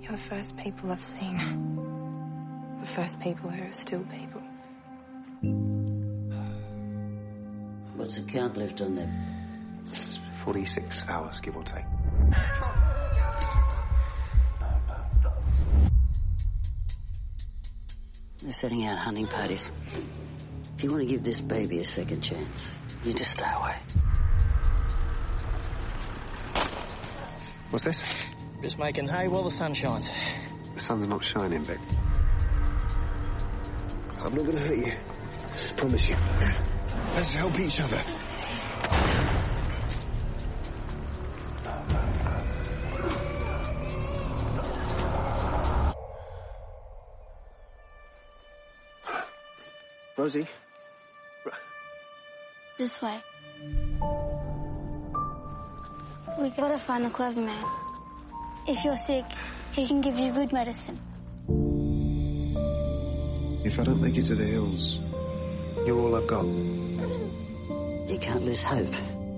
You're the first people I've seen. The first people who are still people. What's the count left on them? 46 hours, give or take. They're setting out hunting parties. If you want to give this baby a second chance, you just stay away. What's this? Just making hay while the sun shines. The sun's not shining, Beck. I'm not gonna hurt you. Promise you. Let's help each other. Rosie? This way. We gotta find a clever man. If you're sick, he can give you good medicine. If I don't make it to the hills, You're all I've got. You can't lose hope.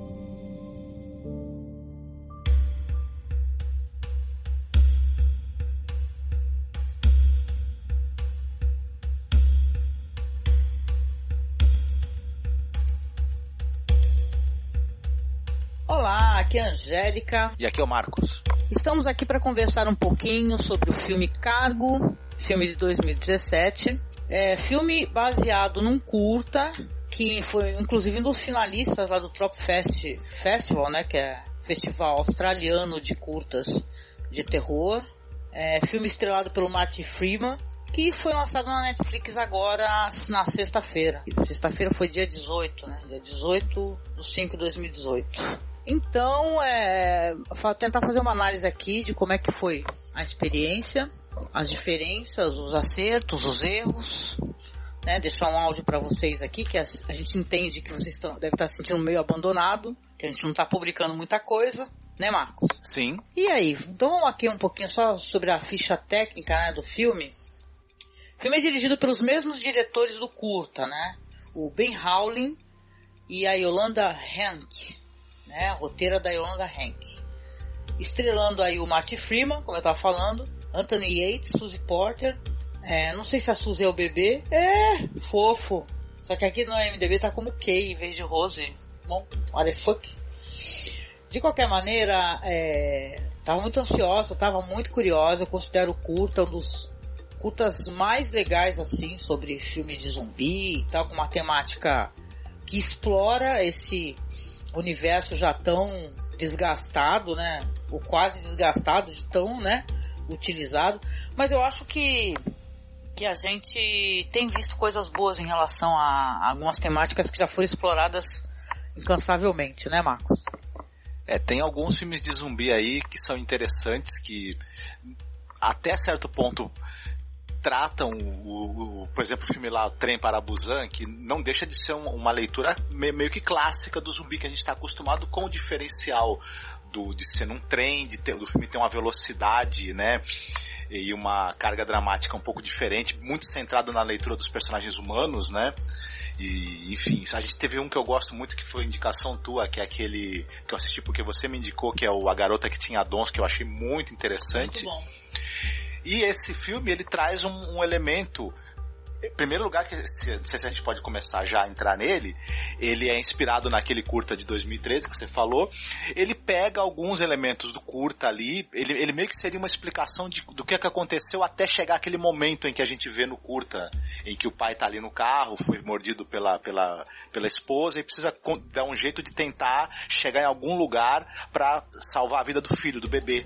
Olá, aqui é a Angélica. E aqui é o Marcos. Estamos aqui para conversar um pouquinho sobre o filme Cargo, filme de 2017. Filme baseado num curta, que foi inclusive um dos finalistas lá do Trop Festival, né, que é festival australiano de curtas de terror. Filme estrelado pelo Martin Freeman, que foi lançado na Netflix agora na sexta-feira. Sexta-feira foi dia 18, né? Dia 18 de 5 de 2018. Então, tentar fazer uma análise aqui de como é que foi a experiência, as diferenças, os acertos, os erros, né? Deixar um áudio para vocês aqui, que a gente entende que vocês devem estar se sentindo meio abandonado, que a gente não está publicando muita coisa, né, Marcos? Sim. E aí? Então vamos aqui um pouquinho só sobre a ficha técnica, né, do filme. O filme é dirigido pelos mesmos diretores do curta, né? O Ben Howlin e a Yolanda Henke, né? A roteira da Yolanda Henke. Estrelando aí o Martin Freeman, como eu estava falando, Anthony Yates, Suzy Porter. Não sei se a Suzy é o bebê. Fofo. Só que aqui no IMDb tá como Kay em vez de Rose. Bom, what the fuck. De qualquer maneira, tava muito ansiosa, tava muito curiosa. Eu considero o curta um dos curtas mais legais assim sobre filme de zumbi e tal, com uma temática que explora esse universo já tão desgastado, né? Ou quase desgastado, de tão, né, utilizado. Mas eu acho que a gente tem visto coisas boas em relação a algumas temáticas que já foram exploradas incansavelmente, né, Marcos? Tem alguns filmes de zumbi aí que são interessantes, que até certo ponto tratam por exemplo, o filme lá, o Trem para Busan, que não deixa de ser uma leitura meio que clássica do zumbi que a gente está acostumado, com o diferencial de ser num trem, do filme ter uma velocidade, né, e uma carga dramática um pouco diferente, muito centrada na leitura dos personagens humanos, né. E, enfim, a gente teve um que eu gosto muito, que foi indicação tua, que é aquele que eu assisti porque você me indicou, que é A Garota que Tinha Dons, que eu achei muito interessante. Muito bom. E esse filme, ele traz um elemento, em primeiro lugar, que não sei se a gente pode começar já a entrar nele, ele é inspirado naquele curta de 2013 que você falou. Ele pega alguns elementos do curta ali, ele meio que seria uma explicação do que aconteceu até chegar aquele momento em que a gente vê no curta, em que o pai tá ali no carro, foi mordido pela esposa e precisa dar um jeito de tentar chegar em algum lugar para salvar a vida do filho, do bebê.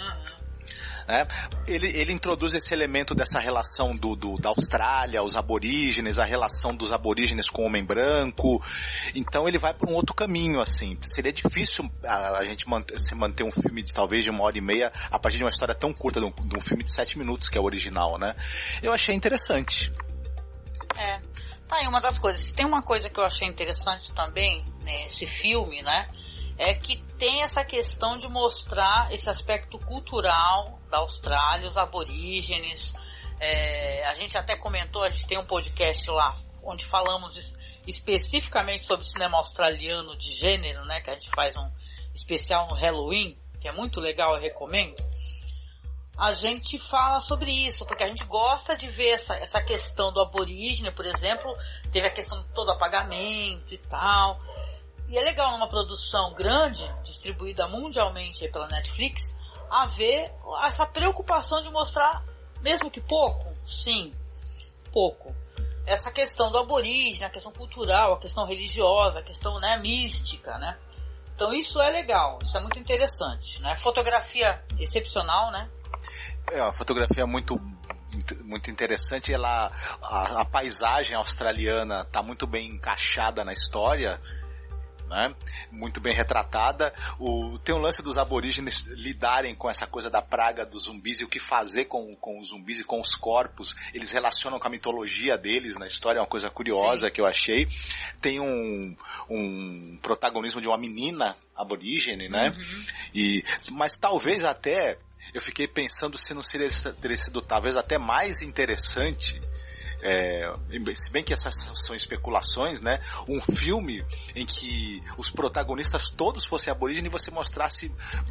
Ele introduz esse elemento dessa relação da Austrália, os aborígenes, a relação dos aborígenes com o homem branco. Então ele vai por um outro caminho, assim. Seria difícil a gente manter um filme talvez de 1h30 a partir de uma história tão curta, de um filme de 7 minutos, que é o original, né? Eu achei interessante. Tá aí uma das coisas. Tem uma coisa que eu achei interessante também nesse filme, né? É que tem essa questão de mostrar esse aspecto cultural da Austrália, os aborígenes. A gente até comentou, a gente tem um podcast lá onde falamos especificamente sobre cinema australiano de gênero, né? Que a gente faz um especial no Halloween, que é muito legal, eu recomendo. a gente fala sobre isso, porque a gente gosta de ver essa questão do aborígene, por exemplo, teve a questão de todo apagamento e tal. E é legal numa produção grande, distribuída mundialmente pela Netflix, haver essa preocupação de mostrar, mesmo que pouco, sim, pouco, essa questão do aborígene, a questão cultural, a questão religiosa, a questão, né, mística, né? Então isso é legal, isso é muito interessante, né? Fotografia excepcional, né? É uma fotografia muito interessante. A paisagem australiana está muito bem encaixada na história, né? Muito bem retratada. Tem um lance dos aborígenes lidarem com essa coisa da praga dos zumbis e o que fazer com os zumbis e com os corpos. Eles relacionam com a mitologia deles na história, é uma coisa curiosa. Sim. Que eu achei. Tem um protagonismo de uma menina aborígene, né? Uhum. Mas talvez até eu fiquei pensando se não teria sido talvez até mais interessante, se bem que essas são especulações, né? Um filme em que os protagonistas todos fossem aborígenes e você mostrasse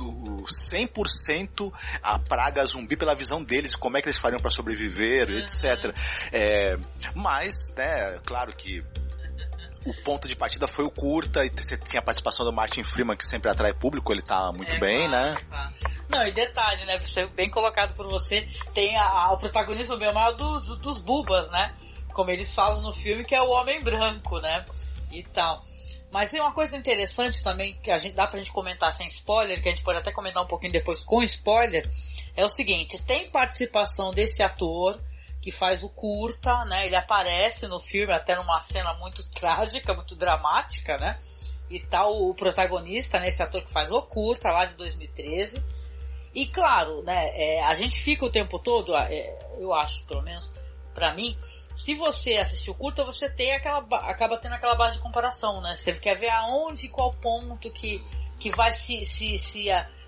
100% a praga zumbi pela visão deles, como é que eles fariam para sobreviver, etc. Mas, né, claro que o ponto de partida foi o curta, e você tinha a participação do Martin Freeman, que sempre atrai público, ele tá muito bem, claro, né? Claro. Não, e detalhe, né, bem colocado por você, tem o protagonismo bem maior dos bubas, né? Como eles falam no filme, que é o homem branco, né? E tal. Mas tem uma coisa interessante também, que dá pra gente comentar sem spoiler, que a gente pode até comentar um pouquinho depois com spoiler, é o seguinte: tem participação desse ator que faz o curta, né? Ele aparece no filme até numa cena muito trágica, muito dramática, né? E tal, o protagonista, né? Esse ator que faz o curta lá de 2013. E claro, né? A gente fica o tempo todo, eu acho, pelo menos pra mim, se você assistir o curta, você acaba tendo aquela base de comparação, né? Você quer ver aonde, qual ponto que vai se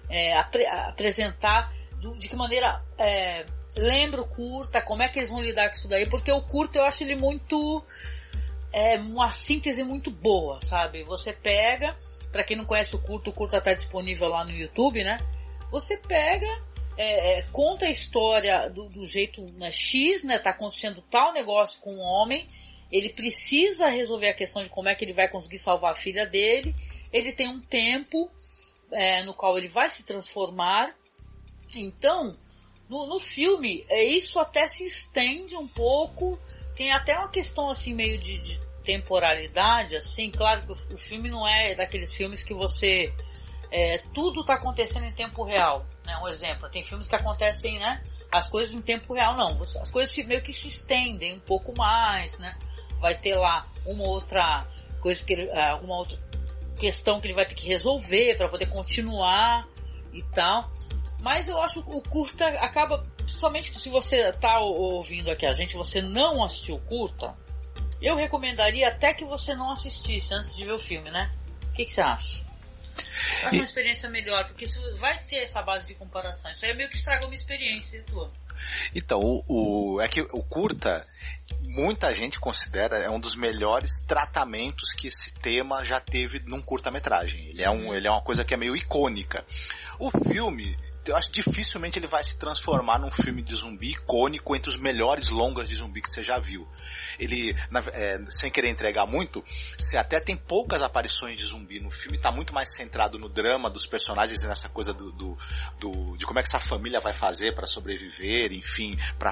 apresentar, de que maneira lembra o curta, como é que eles vão lidar com isso daí, porque o curta eu acho ele muito uma síntese muito boa, sabe? Você pega, pra quem não conhece o curta tá disponível lá no YouTube, né? Você pega, conta a história do jeito, né, X, né? Tá acontecendo tal negócio com um homem, ele precisa resolver a questão de como é que ele vai conseguir salvar a filha dele, ele tem um tempo no qual ele vai se transformar. Então, no filme, isso até se estende um pouco, tem até uma questão assim meio de temporalidade, assim. Claro que o filme não é daqueles filmes que você tudo está acontecendo em tempo real, né? Um exemplo, tem filmes que acontecem, né, as coisas em tempo real, não, as coisas meio que se estendem um pouco mais, né? Vai ter lá uma outra coisa alguma outra questão que ele vai ter que resolver para poder continuar e tal. Mas eu acho que o curta acaba, somente se você está ouvindo aqui a gente, você não assistiu o curta, eu recomendaria até que você não assistisse antes de ver o filme, né? O que você acha? Eu acho uma experiência melhor, porque isso vai ter essa base de comparação. Isso aí meio que estraga uma experiência tua. Então, é que o curta, muita gente considera um dos melhores tratamentos que esse tema já teve num curta-metragem. Ele é uma coisa que é meio icônica. O filme, eu acho que dificilmente ele vai se transformar num filme de zumbi icônico entre os melhores longas de zumbi que você já viu. Ele, sem querer entregar muito, você até tem poucas aparições de zumbi no filme, está muito mais centrado no drama dos personagens e nessa coisa de como é que essa família vai fazer para sobreviver, enfim, para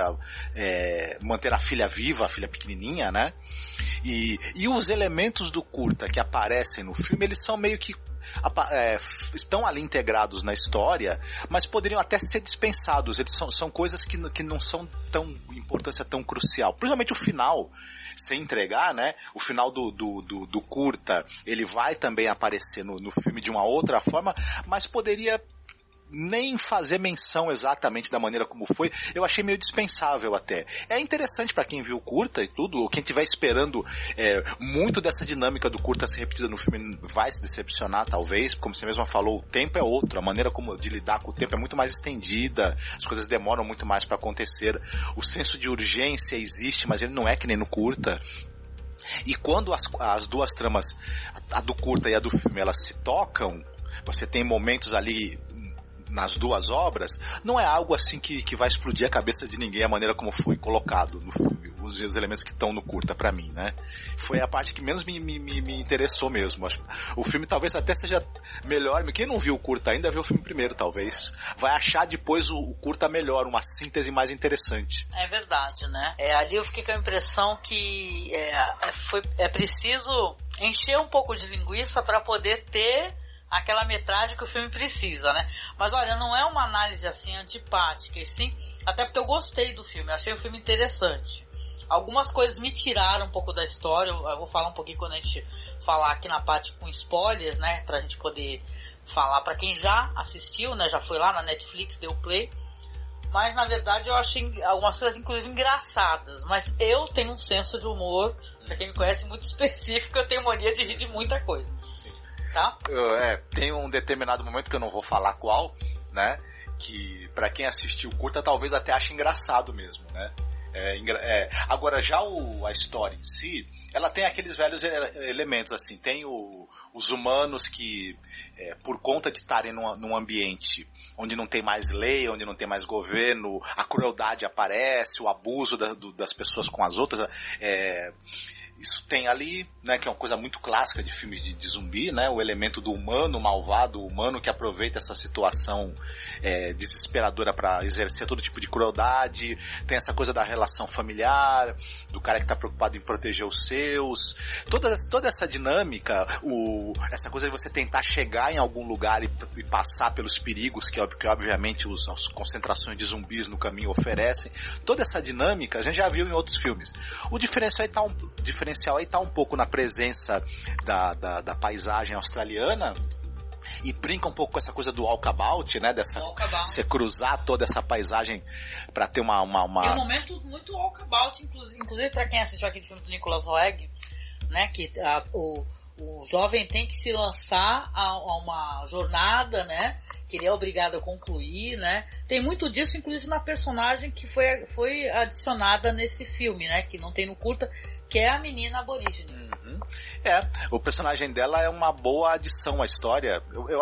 manter a filha viva, a filha pequenininha, né? E os elementos do curta que aparecem no filme, eles são meio que estão ali integrados na história, mas poderiam até ser dispensados. Eles são coisas que não são tão importância tão crucial. Principalmente o final, sem entregar, né? O final do curta, ele vai também aparecer no filme de uma outra forma, mas poderia nem fazer menção exatamente da maneira como foi. Eu achei meio dispensável até. É interessante para quem viu o curta e tudo, ou quem estiver esperando muito dessa dinâmica do curta ser repetida no filme vai se decepcionar talvez, como você mesma falou, o tempo é outro, a maneira de lidar com o tempo é muito mais estendida, as coisas demoram muito mais para acontecer, o senso de urgência existe, mas ele não é que nem no curta. E quando as duas tramas, a do curta e a do filme, elas se tocam, você tem momentos ali nas duas obras, não é algo assim que vai explodir a cabeça de ninguém a maneira como foi colocado no filme, os elementos que estão no curta pra mim, né? Foi a parte que menos me interessou mesmo. O filme talvez até seja melhor, quem não viu o curta ainda viu o filme primeiro, talvez vai achar depois o curta melhor, uma síntese mais interessante. É verdade, né? Ali eu fiquei com a impressão que é preciso encher um pouco de linguiça para poder ter aquela metragem que o filme precisa, né? Mas olha, não é uma análise assim antipática, e sim, até porque eu gostei do filme, achei o filme interessante. Algumas coisas me tiraram um pouco da história, eu vou falar um pouquinho quando a gente falar aqui na parte com spoilers, né? Pra gente poder falar pra quem já assistiu, né? Já foi lá na Netflix, deu play. Mas na verdade eu achei algumas coisas inclusive engraçadas. Mas eu tenho um senso de humor, pra quem me conhece, muito específico, eu tenho mania de rir de muita coisa. Tá? Tem um determinado momento que eu não vou falar qual, né? Que pra quem assistiu o curta talvez até ache engraçado mesmo, né? Agora já a história em si, ela tem aqueles velhos elementos assim, tem os humanos que por conta de estarem num ambiente onde não tem mais lei, onde não tem mais governo, a crueldade aparece, o abuso das pessoas com as outras, isso tem ali, né, que é uma coisa muito clássica de filmes de zumbi, né, o elemento do humano malvado, o humano que aproveita essa situação desesperadora para exercer todo tipo de crueldade. Tem essa coisa da relação familiar, do cara que está preocupado em proteger os seus, toda essa dinâmica, essa coisa de você tentar chegar em algum lugar e passar pelos perigos que obviamente as concentrações de zumbis no caminho oferecem. Toda essa dinâmica a gente já viu em outros filmes. O diferencial aí está um pouco na presença da paisagem australiana, e brinca um pouco com essa coisa do walkabout, né? Você cruzar toda essa paisagem para ter uma... Tem um momento muito walkabout, inclusive para quem assistiu aquele filme do Nicolas Roeg, né? Que o jovem tem que se lançar a uma jornada, né? Que ele é obrigado a concluir, né? Tem muito disso, inclusive na personagem que foi adicionada nesse filme, né? Que não tem no curta, que é a menina aborígene. Uhum. O personagem dela é uma boa adição à história.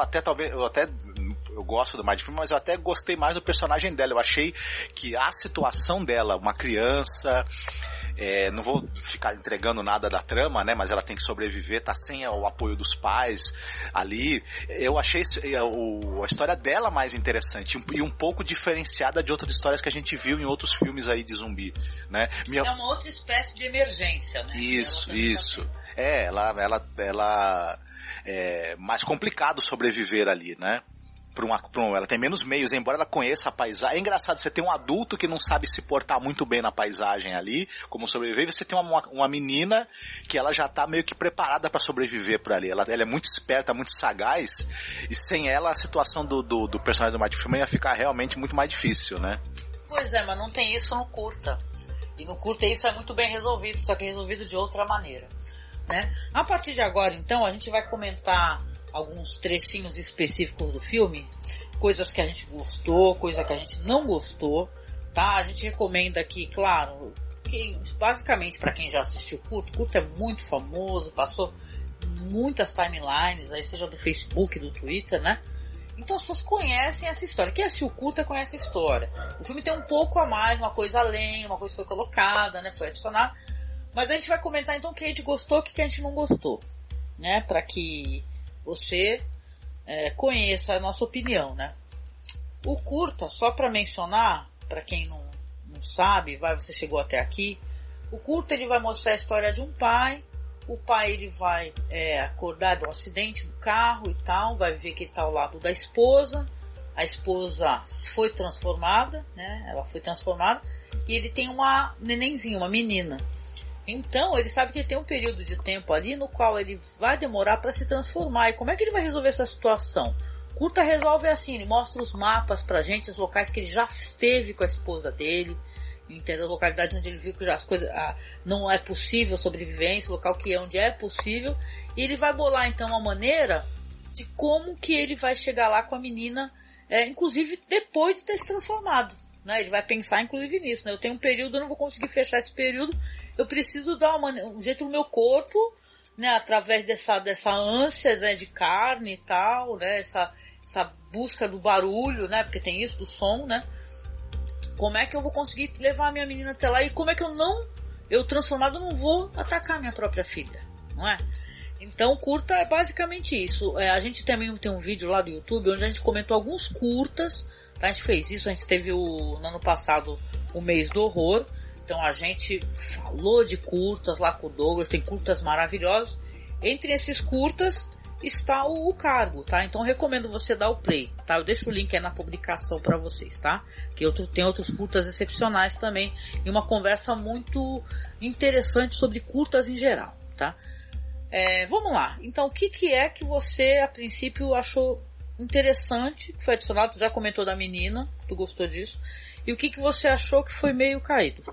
Eu gosto do mais de filme, mas eu até gostei mais do personagem dela. Eu achei que a situação dela, uma criança, não vou ficar entregando nada da trama, né? Mas ela tem que sobreviver, tá sem o apoio dos pais ali. Eu achei a história dela mais interessante e um pouco diferenciada de outras histórias que a gente viu em outros filmes aí de zumbi, né? É uma outra espécie de emergência, né? Isso. Ela é mais complicado sobreviver ali, né? Ela tem menos meios, embora ela conheça a paisagem. É engraçado, você tem um adulto que não sabe se portar muito bem na paisagem ali, como sobreviver, você tem uma menina que ela já está meio que preparada para sobreviver por ali. Ela é muito esperta, muito sagaz, e sem ela a situação do personagem do Martin Freeman ia ficar realmente muito mais difícil, né? Pois é, mas não tem isso no curta. E no curta isso é muito bem resolvido, só que é resolvido de outra maneira, né? A partir de agora, então, a gente vai comentar alguns trecinhos específicos do filme, coisas que a gente gostou, coisa que a gente não gostou, tá? A gente recomenda aqui, claro, que basicamente para quem já assistiu o curta é muito famoso, passou muitas timelines, aí seja do Facebook, do Twitter, né? Então as pessoas conhecem essa história. Quem assistiu o curta conhece a história. O filme tem um pouco a mais, uma coisa além, uma coisa foi colocada, né? Foi adicionada. Mas a gente vai comentar então o que a gente gostou e o que a gente não gostou, né? Para que você conheça a nossa opinião, né? O curta, só para mencionar, para quem não sabe, você chegou até aqui, o curta ele vai mostrar a história de um pai. O pai ele vai acordar de um acidente no carro e tal, vai ver que ele está ao lado da esposa. A esposa foi transformada, né? Ela foi transformada e ele tem uma nenenzinha, uma menina. Então, ele sabe que ele tem um período de tempo ali no qual ele vai demorar para se transformar. E como é que ele vai resolver essa situação? Curta resolve assim, ele mostra os mapas pra gente, os locais que ele já esteve com a esposa dele, entendeu? As localidades onde ele viu que já as coisas não é possível sobrevivência, local que é onde é possível. E ele vai bolar então uma maneira de como que ele vai chegar lá com a menina, inclusive depois de ter se transformado, né? Ele vai pensar inclusive nisso, né? Eu tenho um período, eu não vou conseguir fechar esse período, eu preciso dar um jeito no meu corpo, né, através dessa ânsia, né, de carne e tal, né, essa busca do barulho, né? Porque tem isso, do som, né? Como é que eu vou conseguir levar a minha menina até lá? E como é que eu transformado, não vou atacar minha própria filha, não é? Então, curta é basicamente isso. A gente também tem um vídeo lá do YouTube onde a gente comentou alguns curtas. Tá? A gente fez isso, a gente teve no ano passado o mês do horror. Então a gente falou de curtas lá com o Douglas, tem curtas maravilhosos. Entre esses curtas está o Cargo, tá? Então recomendo você dar o play, tá? Eu deixo o link aí na publicação para vocês, tá? Que tem outros curtas excepcionais também e uma conversa muito interessante sobre curtas em geral, tá? Vamos lá. Então o que é que você a princípio achou interessante, que foi adicionado? Tu já comentou da menina, tu gostou disso? E o que você achou que foi meio caído?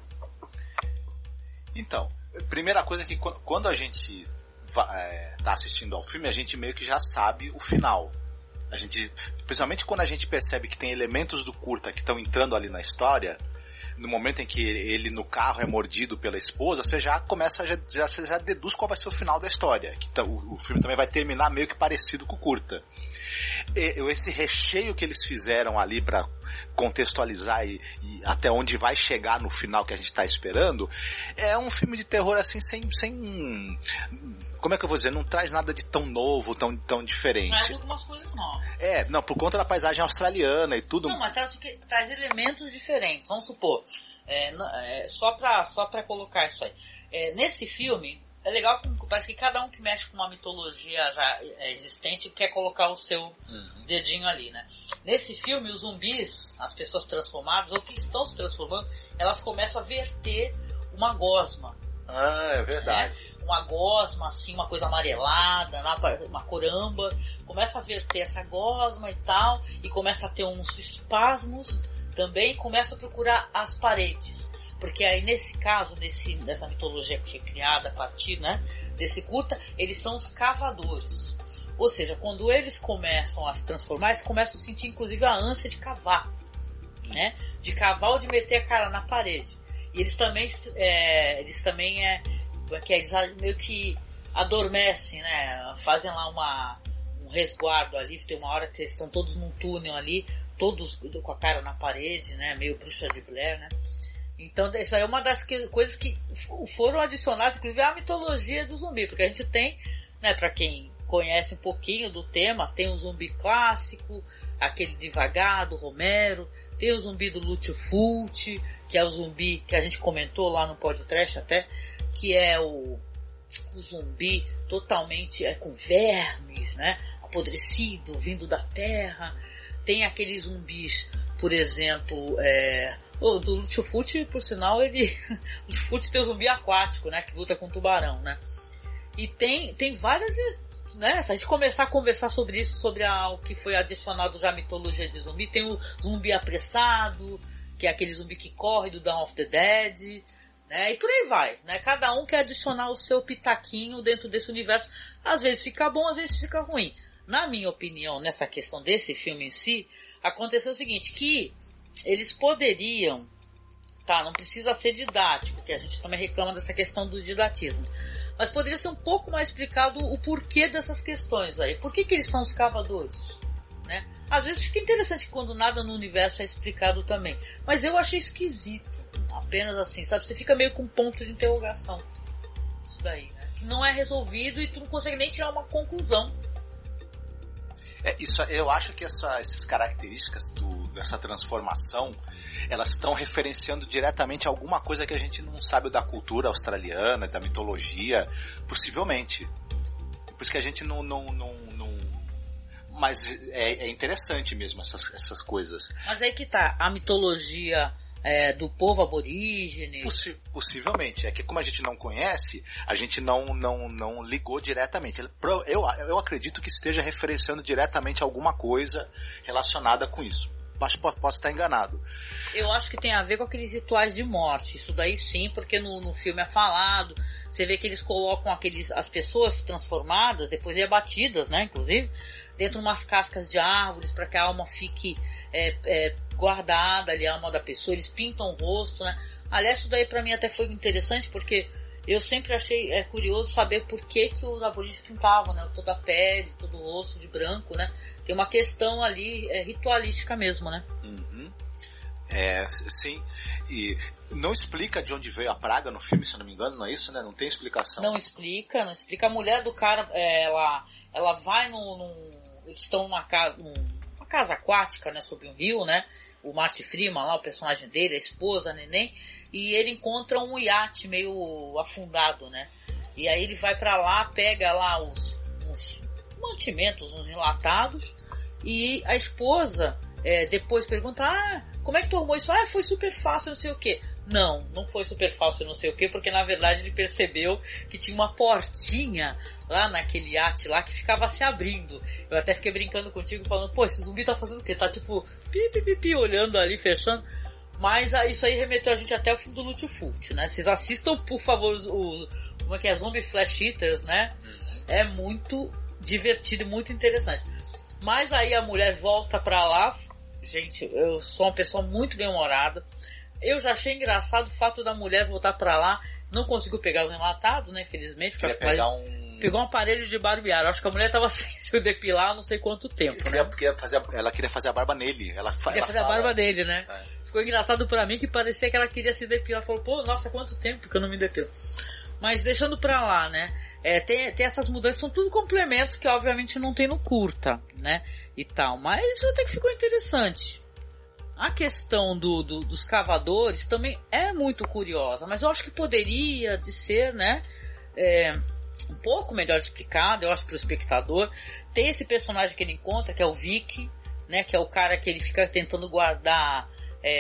Então, primeira coisa é que quando a gente tá assistindo ao filme, a gente meio que já sabe o final. A gente, principalmente quando a gente percebe que tem elementos do curta que estão entrando ali na história, no momento em que ele no carro é mordido pela esposa, você já começa, você já deduz qual vai ser o final da história. Que o filme também vai terminar meio que parecido com o curta. Esse recheio que eles fizeram ali para contextualizar e até onde vai chegar no final que a gente está esperando, é um filme de terror assim sem como é que eu vou dizer, não traz nada de tão novo, tão diferente. Traz algumas coisas novas. Não, por conta da paisagem australiana e tudo. Não, mas traz elementos diferentes. Vamos supor, só pra colocar isso aí. Nesse filme, é legal que parece que cada um que mexe com uma mitologia já existente quer colocar o seu dedinho ali, né? Nesse filme, os zumbis, as pessoas transformadas, ou que estão se transformando, elas começam a verter uma gosma. Ah, é verdade. Uma gosma, assim, uma coisa amarelada, uma coramba, começa a verter essa gosma e tal, e começa a ter uns espasmos também, e começa a procurar as paredes. Porque aí nesse caso, nessa mitologia que foi criada a partir, né, desse curta, eles são os cavadores. Ou seja, quando eles começam a se transformar, eles começam a sentir inclusive a ânsia de cavar, né? De cavar ou de meter a cara na parede. E eles também eles meio que adormecem, né? Fazem lá um resguardo ali. Tem uma hora que eles estão todos num túnel ali, todos com a cara na parede, né? Meio bruxa de Blair, né? Então isso aí é uma das coisas que foram adicionadas, inclusive à mitologia do zumbi, porque a gente tem, né? Para quem conhece um pouquinho do tema, tem o zumbi clássico, aquele devagar do Romero, tem o zumbi do Lúcio Fulci, que é o zumbi que a gente comentou lá no podcast até, que é o zumbi totalmente com vermes, né? Apodrecido, vindo da terra. Tem aqueles zumbis, por exemplo, do Lúcio Fulci, por sinal, o Lúcio Fulci tem o zumbi aquático, né? Que luta com tubarão, né? E tem várias, né? Se a gente começar a conversar sobre isso, sobre o que foi adicionado já à mitologia de zumbi, tem o zumbi apressado, que é aquele zumbi que corre do Dawn of the Dead, né? E por aí vai, né? Cada um quer adicionar o seu pitaquinho dentro desse universo. Às vezes fica bom, às vezes fica ruim. Na minha opinião, nessa questão desse filme em si, aconteceu o seguinte, que eles poderiam, tá, não precisa ser didático, que a gente também reclama dessa questão do didatismo, mas poderia ser um pouco mais explicado o porquê dessas questões aí. Por que eles são os cavadores, né? Às vezes fica interessante quando nada no universo é explicado também, mas eu achei esquisito, apenas assim, sabe? Você fica meio com ponto de interrogação, isso daí, né? Que não é resolvido e tu não consegue nem tirar uma conclusão. Eu acho que essas características dessa transformação, elas estão referenciando diretamente alguma coisa que a gente não sabe da cultura australiana, da mitologia, possivelmente. Por isso que a gente não mas é interessante mesmo essas coisas. Mas aí que tá, a mitologia do povo aborígene. Possivelmente. É que como a gente não conhece, a gente não ligou diretamente. Eu acredito que esteja referenciando diretamente alguma coisa relacionada com isso. Mas posso estar enganado. Eu acho que tem a ver com aqueles rituais de morte. Isso daí sim, porque no filme é falado. Você vê que eles colocam as pessoas transformadas, depois de abatidas, né, inclusive, dentro de umas cascas de árvores para que a alma fique guardada ali, a alma da pessoa. Eles pintam o rosto, né? Aliás, isso daí para mim até foi interessante, porque eu sempre achei curioso saber por que os aborígenes pintavam, né? Toda a pele, todo o rosto de branco, né? Tem uma questão ali ritualística mesmo, né? Uhum. Sim. E não explica de onde veio a praga no filme, se eu não me engano, não é isso, né? Não tem explicação. Não explica. A mulher do cara, ela vai eles estão numa casa aquática, né? Sobre um rio, né? O Marty Freeman lá, o personagem dele, a esposa, a neném, e ele encontra um iate meio afundado, né? E aí ele vai pra lá, pega lá uns mantimentos, uns enlatados, e a esposa depois pergunta, como é que tu arrumou isso? Foi super fácil, não sei o quê. Não foi super fácil, não sei o quê, porque na verdade ele percebeu que tinha uma portinha lá naquele iate lá que ficava se abrindo. Eu até fiquei brincando contigo, falando, pô, esse zumbi tá fazendo o quê? Tá tipo, pi, olhando ali, fechando. Mas isso aí remeteu a gente até o filme do Lutfult, né? Vocês assistam, por favor, como é que é? Zombie Flash Eaters, né? É muito divertido e muito interessante. Mas aí a mulher volta pra lá. Gente, eu sou uma pessoa muito bem-humorada. Eu já achei engraçado o fato da mulher voltar pra lá. Não conseguiu pegar os enlatados, né? Infelizmente. Pegou um aparelho de barbear. Acho que a mulher tava sem se depilar há não sei quanto tempo. Ela queria fazer a barba nele. Ela queria fazer a barba dele, né? Ficou engraçado pra mim que parecia que ela queria se depilar. Falou, pô, nossa, quanto tempo que eu não me depilo. Mas deixando pra lá, né? Tem essas mudanças, são tudo complementos que obviamente não tem no curta, né? E tal. Mas isso até que ficou interessante. A questão dos cavadores também é muito curiosa, mas eu acho que poderia de ser, né, um pouco melhor explicado, eu acho, para o espectador. Tem esse personagem que ele encontra, que é o Vic, né, que é o cara que ele fica tentando guardar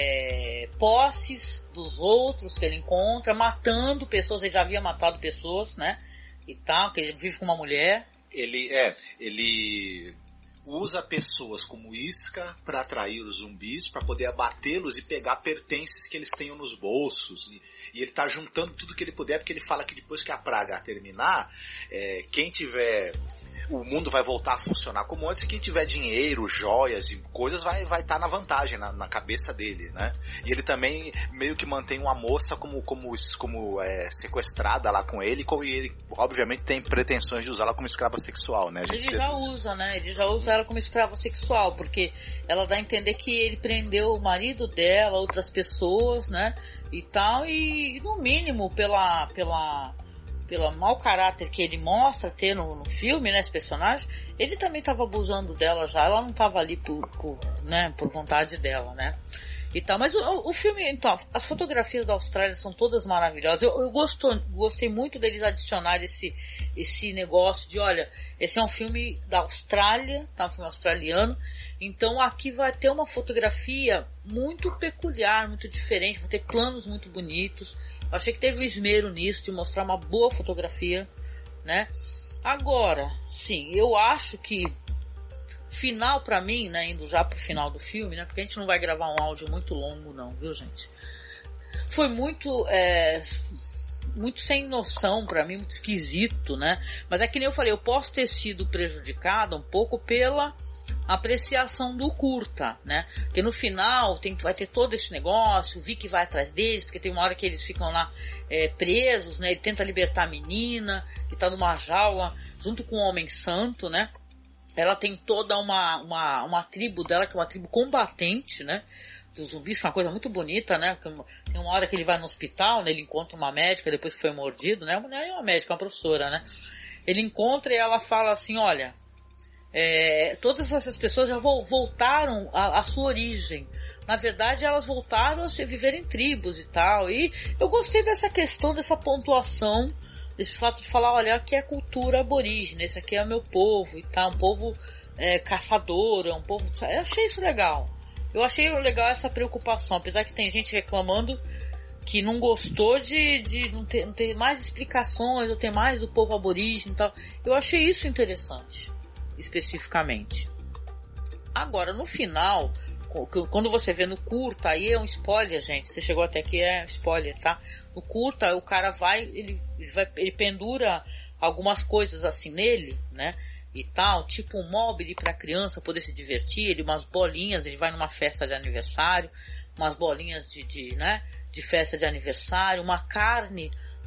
posses dos outros que ele encontra, matando pessoas. Ele já havia matado pessoas, né, e tal, que ele vive com uma mulher. Ele usa pessoas como isca para atrair os zumbis, para poder abatê-los e pegar pertences que eles tenham nos bolsos. E ele tá juntando tudo que ele puder, porque ele fala que depois que a praga terminar, quem tiver... O mundo vai voltar a funcionar como antes. Quem tiver dinheiro, joias e coisas vai estar na vantagem, na cabeça dele, né? E ele também meio que mantém uma moça como sequestrada lá com ele, e ele obviamente tem pretensões de usá-la como escrava sexual, né? Ele já usa, né? Ele já usa ela como escrava sexual, porque ela dá a entender que ele prendeu o marido dela, outras pessoas, né? E tal, e no mínimo pelo mau caráter que ele mostra ter no filme, né, esse personagem, ele também estava abusando dela já, ela não estava ali por vontade dela, né, e tal. Mas o filme, então, as fotografias da Austrália são todas maravilhosas. Eu gostei muito deles adicionar esse negócio de, olha, esse é um filme da Austrália, tá, um filme australiano, então aqui vai ter uma fotografia muito peculiar, muito diferente, vai ter planos muito bonitos. Eu achei que teve esmero nisso, de mostrar uma boa fotografia, né? Agora, sim, eu acho que final pra mim, né, indo já pro final do filme, né, porque a gente não vai gravar um áudio muito longo não, viu, gente? Foi muito sem noção pra mim, muito esquisito, né? Mas é que nem eu falei, eu posso ter sido prejudicado um pouco pela apreciação do curta, né? Porque no final vai ter todo esse negócio, o Vic vai atrás deles, porque tem uma hora que eles ficam lá presos, né? Ele tenta libertar a menina, que tá numa jaula, junto com o Homem Santo, né? Ela tem toda uma tribo dela, que é uma tribo combatente, né? Dos zumbis, que é uma coisa muito bonita, né? Tem uma hora que ele vai no hospital, né? Ele encontra uma médica, depois que foi mordido, né? Não é uma médica, é uma professora, né? Ele encontra e ela fala assim, olha... todas essas pessoas já voltaram à sua origem. Na verdade, elas voltaram a viver em tribos e tal. E eu gostei dessa questão, dessa pontuação, desse fato de falar, olha, aqui é a cultura aborígene, esse aqui é o meu povo e tal, um povo caçador, é um povo... Eu achei isso legal. Eu achei legal essa preocupação, apesar que tem gente reclamando que não gostou de não ter mais explicações, ou ter mais do povo aborígene e tal. Eu achei isso interessante, especificamente. Agora, no final, quando você vê no curta, aí é um spoiler, gente. Você chegou até aqui, é spoiler, tá? No curta, o cara ele pendura algumas coisas assim nele, né? E tal, tipo um mobile pra criança poder se divertir, umas bolinhas, ele vai numa festa de aniversário, umas bolinhas de festa de aniversário, uma carne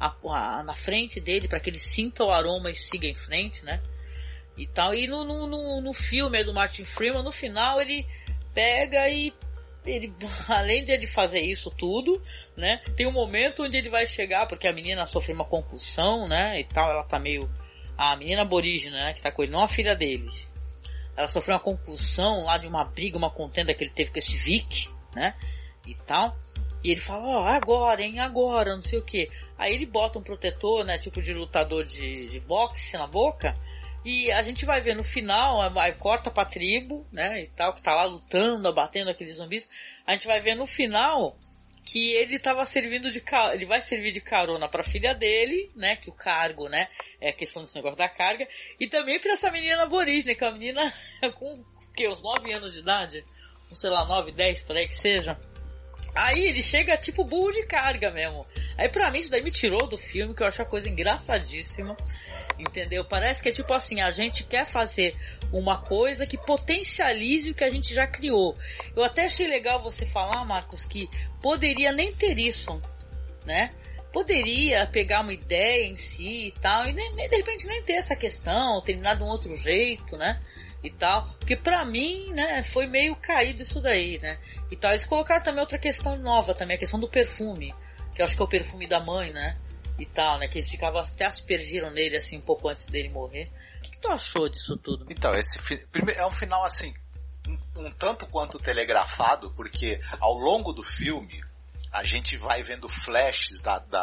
na frente dele para que ele sinta o aroma e siga em frente, né? E tal. E no filme do Martin Freeman, no final ele pega e ele, além de ele fazer isso tudo, né, tem um momento onde ele vai chegar, porque a menina sofreu uma concussão, né, e tal, ela tá meio, a menina aborígene, né, que tá com ele, não a filha deles, ela sofreu uma concussão lá de uma briga, uma contenda que ele teve com esse Vic, né, e tal, e ele fala, agora, não sei o que, aí ele bota um protetor, né, tipo de lutador de boxe na boca. E a gente vai ver no final, aí corta pra tribo, né, e tal, que tá lá lutando, abatendo aqueles zumbis. A gente vai ver no final que ele tava servindo ele vai servir de carona pra filha dele, né, que o cargo, né, é a questão desse negócio da carga. E também pra essa menina aborígene, que é uma menina com, uns 9 anos de idade, sei lá, 9, 10, por aí que seja. Aí ele chega tipo burro de carga mesmo. Aí pra mim isso daí me tirou do filme, que eu acho a coisa engraçadíssima. Entendeu? Parece que é tipo assim, a gente quer fazer uma coisa que potencialize o que a gente já criou. Eu até achei legal você falar, Marcos, que poderia nem ter isso, né? Poderia pegar uma ideia em si e tal, e nem de repente nem ter essa questão, terminar de um outro jeito, né? E tal, porque pra mim, né, foi meio caído isso daí, né? E tal, eles colocaram também outra questão nova também, a questão do perfume, que eu acho que é o perfume da mãe, né? E tal, né? Que eles ficavam, até aspergiram nele assim um pouco antes dele morrer. O que tu achou disso tudo? Então, primeiro é um final assim, um tanto quanto telegrafado, porque ao longo do filme a gente vai vendo flashes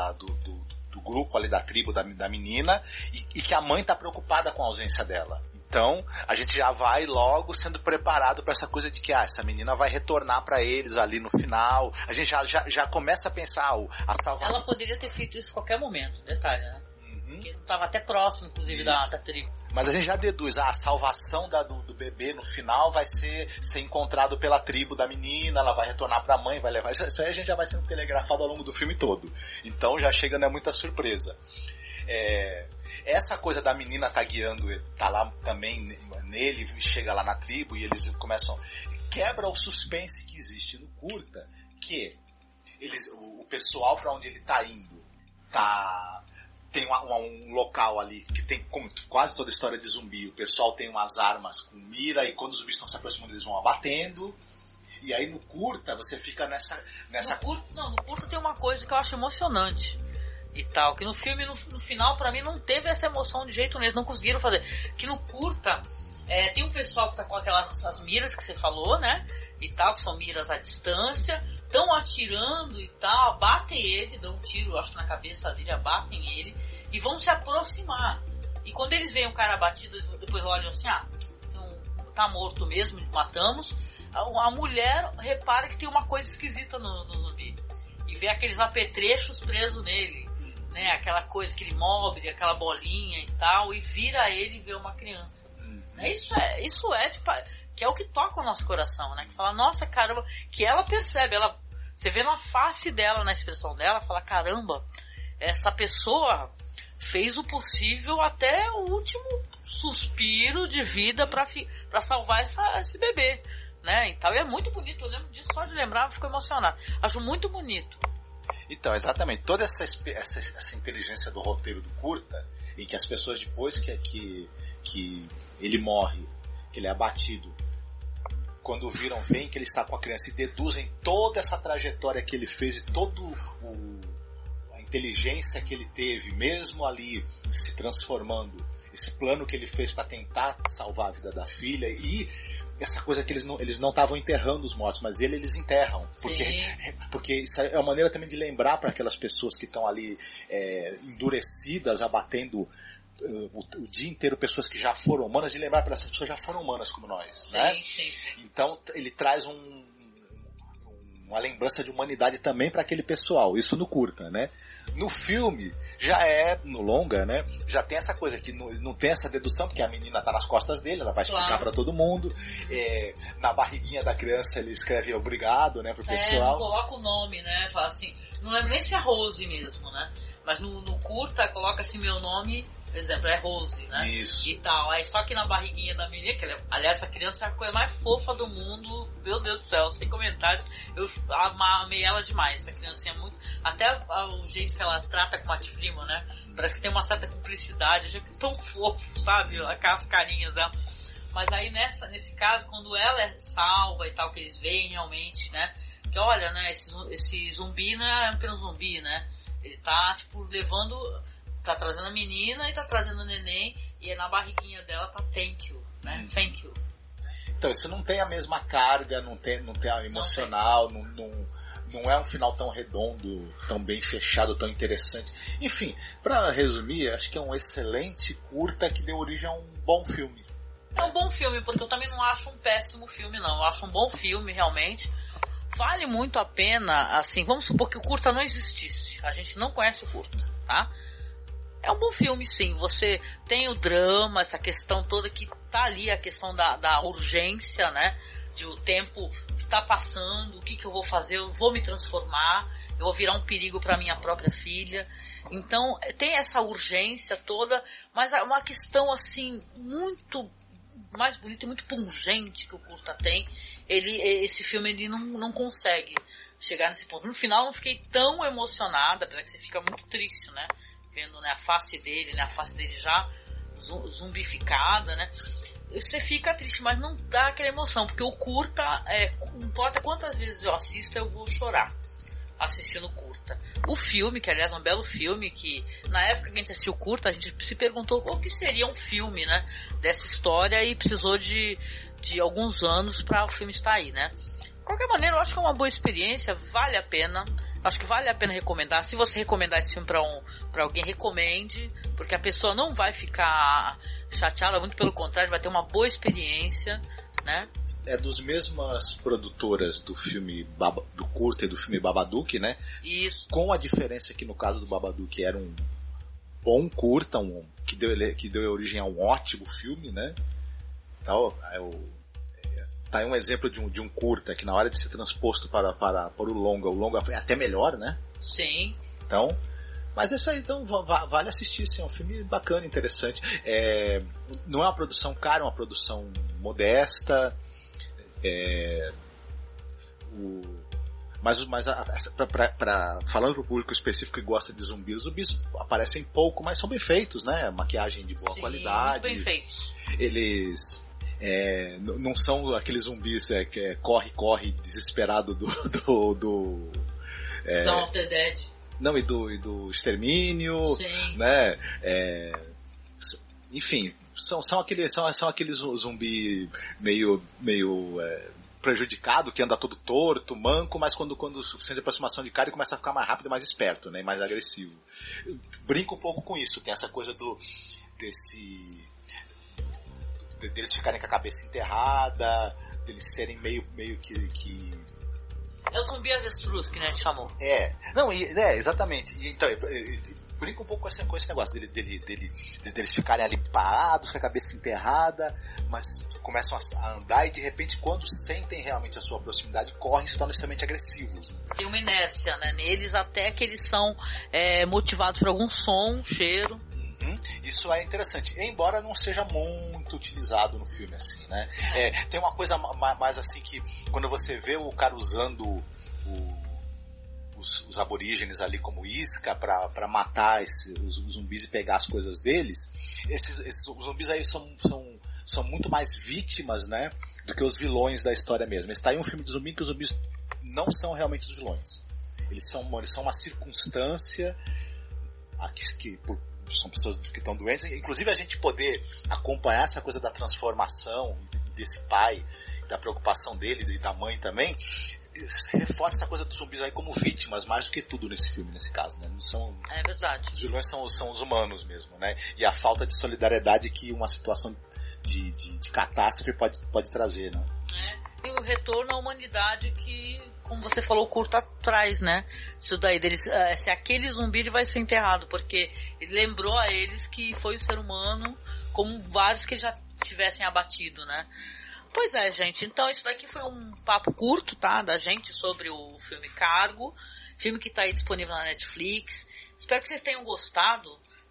do grupo ali, da tribo da menina, e que a mãe tá preocupada com a ausência dela. Então, a gente já vai logo sendo preparado para essa coisa de que essa menina vai retornar para eles ali no final. A gente já começa a pensar a salvação. Ela poderia ter feito isso em qualquer momento, detalhe, né? Porque não estava até próximo, inclusive, da tribo. Mas a gente já deduz, a salvação do bebê no final vai ser encontrado pela tribo da menina, ela vai retornar para a mãe, vai levar. Isso aí a gente já vai sendo telegrafado ao longo do filme todo. Então já chega, não é muita surpresa. Essa coisa da menina tá guiando, tá lá também nele, chega lá na tribo e eles começam, quebra o suspense que existe no curta, que o pessoal para onde ele tá indo tem um local ali que tem, como quase toda história de zumbi, o pessoal tem umas armas com mira e quando os zumbis estão se aproximando eles vão abatendo. E aí no curta você fica nessa... No curta tem uma coisa que eu acho emocionante e tal, que no filme, no final, pra mim não teve essa emoção de jeito nenhum, não conseguiram fazer. Que no curta tem um pessoal que tá com as miras que você falou, né, e tal, que são miras à distância, estão atirando e tal, abatem ele, dão um tiro, acho que na cabeça dele, abatem ele e vão se aproximar. E quando eles veem o cara abatido, depois olham assim, tá morto mesmo, matamos. A mulher repara que tem uma coisa esquisita no zumbi e vê aqueles apetrechos presos nele, né? Aquela coisa, aquele móvel, aquela bolinha e tal, e vira ele e vê uma criança. Isso é tipo, que é o que toca o nosso coração, né? Que fala, nossa, caramba, que ela percebe, você vê na face dela, na expressão dela, fala, caramba, essa pessoa fez o possível até o último suspiro de vida para salvar esse bebê, né? Então é muito bonito, eu lembro disso, só de lembrar eu fico emocionado. Acho muito bonito. Então, exatamente, toda essa inteligência do roteiro do curta, em que as pessoas depois que ele morre, que ele é abatido, quando veem que ele está com a criança e deduzem toda essa trajetória que ele fez e toda a inteligência que ele teve, mesmo ali se transformando, esse plano que ele fez para tentar salvar a vida da filha, e essa coisa que eles não estavam enterrando os mortos, mas eles enterram, porque isso é uma maneira também de lembrar para aquelas pessoas que estão ali endurecidas, abatendo o dia inteiro pessoas que já foram humanas, de lembrar para essas pessoas já foram humanas como nós, né? Sim. Então ele traz uma lembrança de humanidade também para aquele pessoal, isso no curta, né? No filme, no longa, né? Já tem essa coisa que não tem essa dedução, porque a menina tá nas costas dele, ela vai explicar para todo mundo. Na barriguinha da criança ele escreve obrigado, né, pro pessoal. Não coloca o nome, né? Fala assim, não lembro nem se é Rose mesmo, né? Mas no curta coloca assim meu nome Por exemplo, é Rose, né? Isso. E tal. Aí só que na barriguinha da menina, aliás, essa criança é a coisa mais fofa do mundo. Meu Deus do céu, sem comentários. Eu amei ela demais. Essa criancinha é muito. Até o jeito que ela trata com a Matt Freeman, né? Parece que tem uma certa cumplicidade. Já que tão fofo, sabe? Aquelas carinhas dela. Mas aí nesse caso, quando ela é salva e tal, que eles veem realmente, né? Que olha, né? Esse zumbi não é apenas zumbi, né? Ele tá, tipo, levando. Tá trazendo a menina e tá trazendo o neném, e na barriguinha dela tá thank you, né? Thank you. Então, isso não tem a mesma carga, não tem a emocional, não é um final tão redondo, tão bem fechado, tão interessante. Enfim, pra resumir, acho que é um excelente curta que deu origem a um bom filme. É um bom filme, porque eu também não acho um péssimo filme, não. Eu acho um bom filme, realmente. Vale muito a pena, assim, vamos supor que o curta não existisse. A gente não conhece o curta, tá? É um bom filme, sim. Você tem o drama, essa questão toda que tá ali, a questão da urgência, né? De o tempo que tá passando, o que eu vou fazer, eu vou me transformar, eu vou virar um perigo para minha própria filha. Então, tem essa urgência toda, mas é uma questão, assim, muito mais bonita e muito pungente que o curta tem. Esse filme ele não consegue chegar nesse ponto. No final, eu não fiquei tão emocionada, apesar que você fica muito triste, né? Vendo, né, a face dele já zumbificada, né? Você fica triste, mas não dá aquela emoção, porque o curta, não importa quantas vezes eu assisto, eu vou chorar assistindo o curta. O filme, que aliás é um belo filme, que na época que a gente assistiu o curta, a gente se perguntou o que seria um filme, né, dessa história, e precisou de alguns anos para o filme estar aí, né? De qualquer maneira, eu acho que é uma boa experiência, vale a pena. Acho que vale a pena recomendar. Se você recomendar esse filme pra alguém, recomende, porque a pessoa não vai ficar chateada, muito pelo contrário, vai ter uma boa experiência, né? É dos mesmas produtoras do filme do curta e do filme Babadook, né? Isso. Com a diferença que no caso do Babadook era um bom curta, que deu origem a um ótimo filme, né? Então, tá aí um exemplo de um curta que na hora de ser transposto para o longa é até melhor, né? Sim. Então, mas é isso aí, então vale assistir, sim, é um filme bacana, interessante. Não é uma produção cara, é uma produção modesta. Mas falando pro público específico que gosta de zumbis, os zumbis aparecem pouco, mas são bem feitos, né? Maquiagem de boa qualidade. Muito bem feitos. Eles não são aqueles zumbis que corre desesperado do Dawn of the Dead. Não, e do Extermínio. Sim. Né? Enfim, são aqueles zumbi meio prejudicado, que anda todo torto, manco, mas quando sente aproximação de cara ele começa a ficar mais rápido, mais esperto, né? Mais agressivo. Eu brinco um pouco com isso, tem essa coisa deles ficarem com a cabeça enterrada, deles serem meio que... É o zumbi avestruz que a gente chamou. Exatamente. Então, brinca um pouco com esse negócio deles ficarem ali parados, com a cabeça enterrada, mas começam a andar e de repente, quando sentem realmente a sua proximidade, correm e se tornam extremamente agressivos. Né? Tem uma inércia, né, neles, até que eles são motivados por algum som, cheiro. Isso é interessante, embora não seja muito utilizado no filme, assim, né? Tem uma coisa mais assim que quando você vê o cara usando os aborígenes ali como isca para matar os zumbis e pegar as coisas deles, os zumbis aí são muito mais vítimas, né, do que os vilões da história mesmo. Está aí um filme de zumbi que os zumbis não são realmente os vilões. Eles são uma circunstância que são pessoas que estão doentes, inclusive a gente poder acompanhar essa coisa da transformação e desse pai, da preocupação dele e da mãe também, reforça essa coisa dos zumbis aí como vítimas, mais do que tudo nesse filme, nesse caso, né? Não são, é verdade. Os vilões são os humanos mesmo, né? E a falta de solidariedade que uma situação de catástrofe pode trazer, né? E o retorno à humanidade que, como você falou, o curta traz, né? Isso daí deles, se aquele zumbi ele vai ser enterrado, porque ele lembrou a eles que foi o ser humano, como vários que já tivessem abatido, né? Pois é, gente, então isso daqui foi um papo curto, tá, da gente sobre o filme Cargo, filme que tá aí disponível na Netflix. Espero que vocês tenham gostado.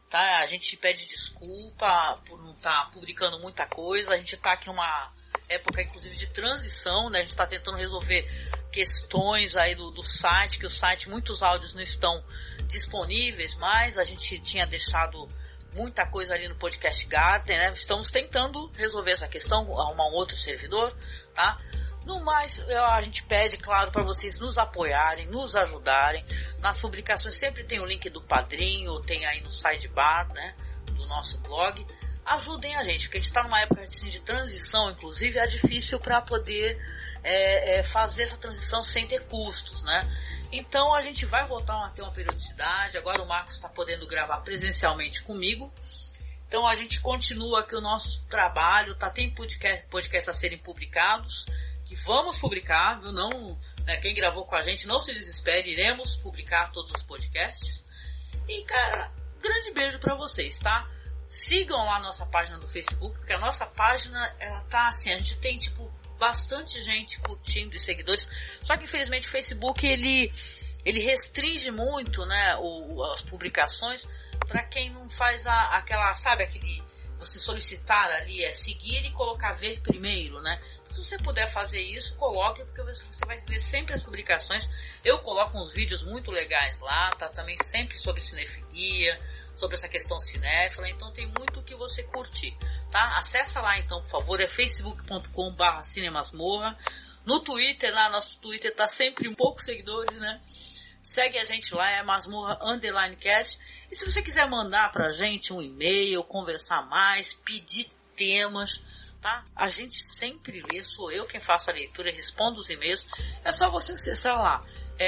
tá? A gente pede desculpa por não estar publicando muita coisa. A gente está aqui numa época, inclusive, de transição, né? A gente está tentando resolver questões aí do site, que o site, muitos áudios não estão disponíveis, mas a gente tinha deixado muita coisa ali no Podcast Garden, né? Estamos tentando resolver essa questão, arrumar um outro servidor, tá? No mais, a gente pede, claro, para vocês nos apoiarem, nos ajudarem. Nas publicações sempre tem o link do Padrinho, tem aí no sidebar, né, do nosso blog. Ajudem a gente, porque a gente está numa época assim, de transição, inclusive, é difícil para poder fazer essa transição sem ter custos, né? Então a gente vai voltar a ter uma periodicidade. Agora o Marcos está podendo gravar presencialmente comigo. Então a gente continua aqui o nosso trabalho, tá? Tem podcasts a serem publicados, que vamos publicar, viu? Não, né, quem gravou com a gente, não se desespere, iremos publicar todos os podcasts. E, cara, grande beijo pra vocês, tá? Sigam lá a nossa página do Facebook, porque a nossa página, ela tá assim, a gente tem, tipo, bastante gente curtindo e seguidores, só que infelizmente o Facebook, ele restringe muito, né, as publicações para quem não faz aquela, sabe, aquele, você solicitar ali, seguir e colocar ver primeiro, né? Então, se você puder fazer isso, coloque, porque você vai ver sempre as publicações. Eu coloco uns vídeos muito legais lá, tá? Também sempre sobre cinefilia, sobre essa questão cinéfila, então tem muito que você curtir, tá? Acessa lá então, por favor, é facebook.com/cinemasmorra. No Twitter, lá, nosso Twitter tá sempre um pouco seguidores, né? Segue a gente lá, é masmorra_cast. E se você quiser mandar pra gente um e-mail, conversar mais, pedir temas, tá? A gente sempre lê, sou eu quem faço a leitura e respondo os e-mails. É só você acessar lá,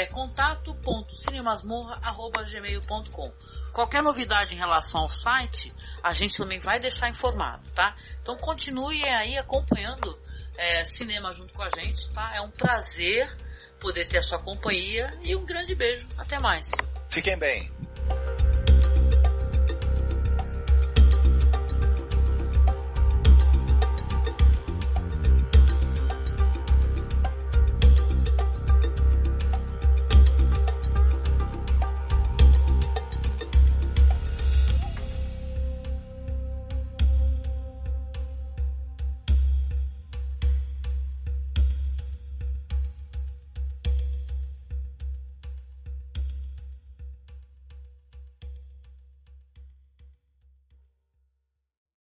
contato.cinemasmorra@gmail.com. Qualquer novidade em relação ao site, a gente também vai deixar informado, tá? Então continue aí acompanhando cinema junto com a gente, tá? É um prazer poder ter a sua companhia e um grande beijo. Até mais. Fiquem bem.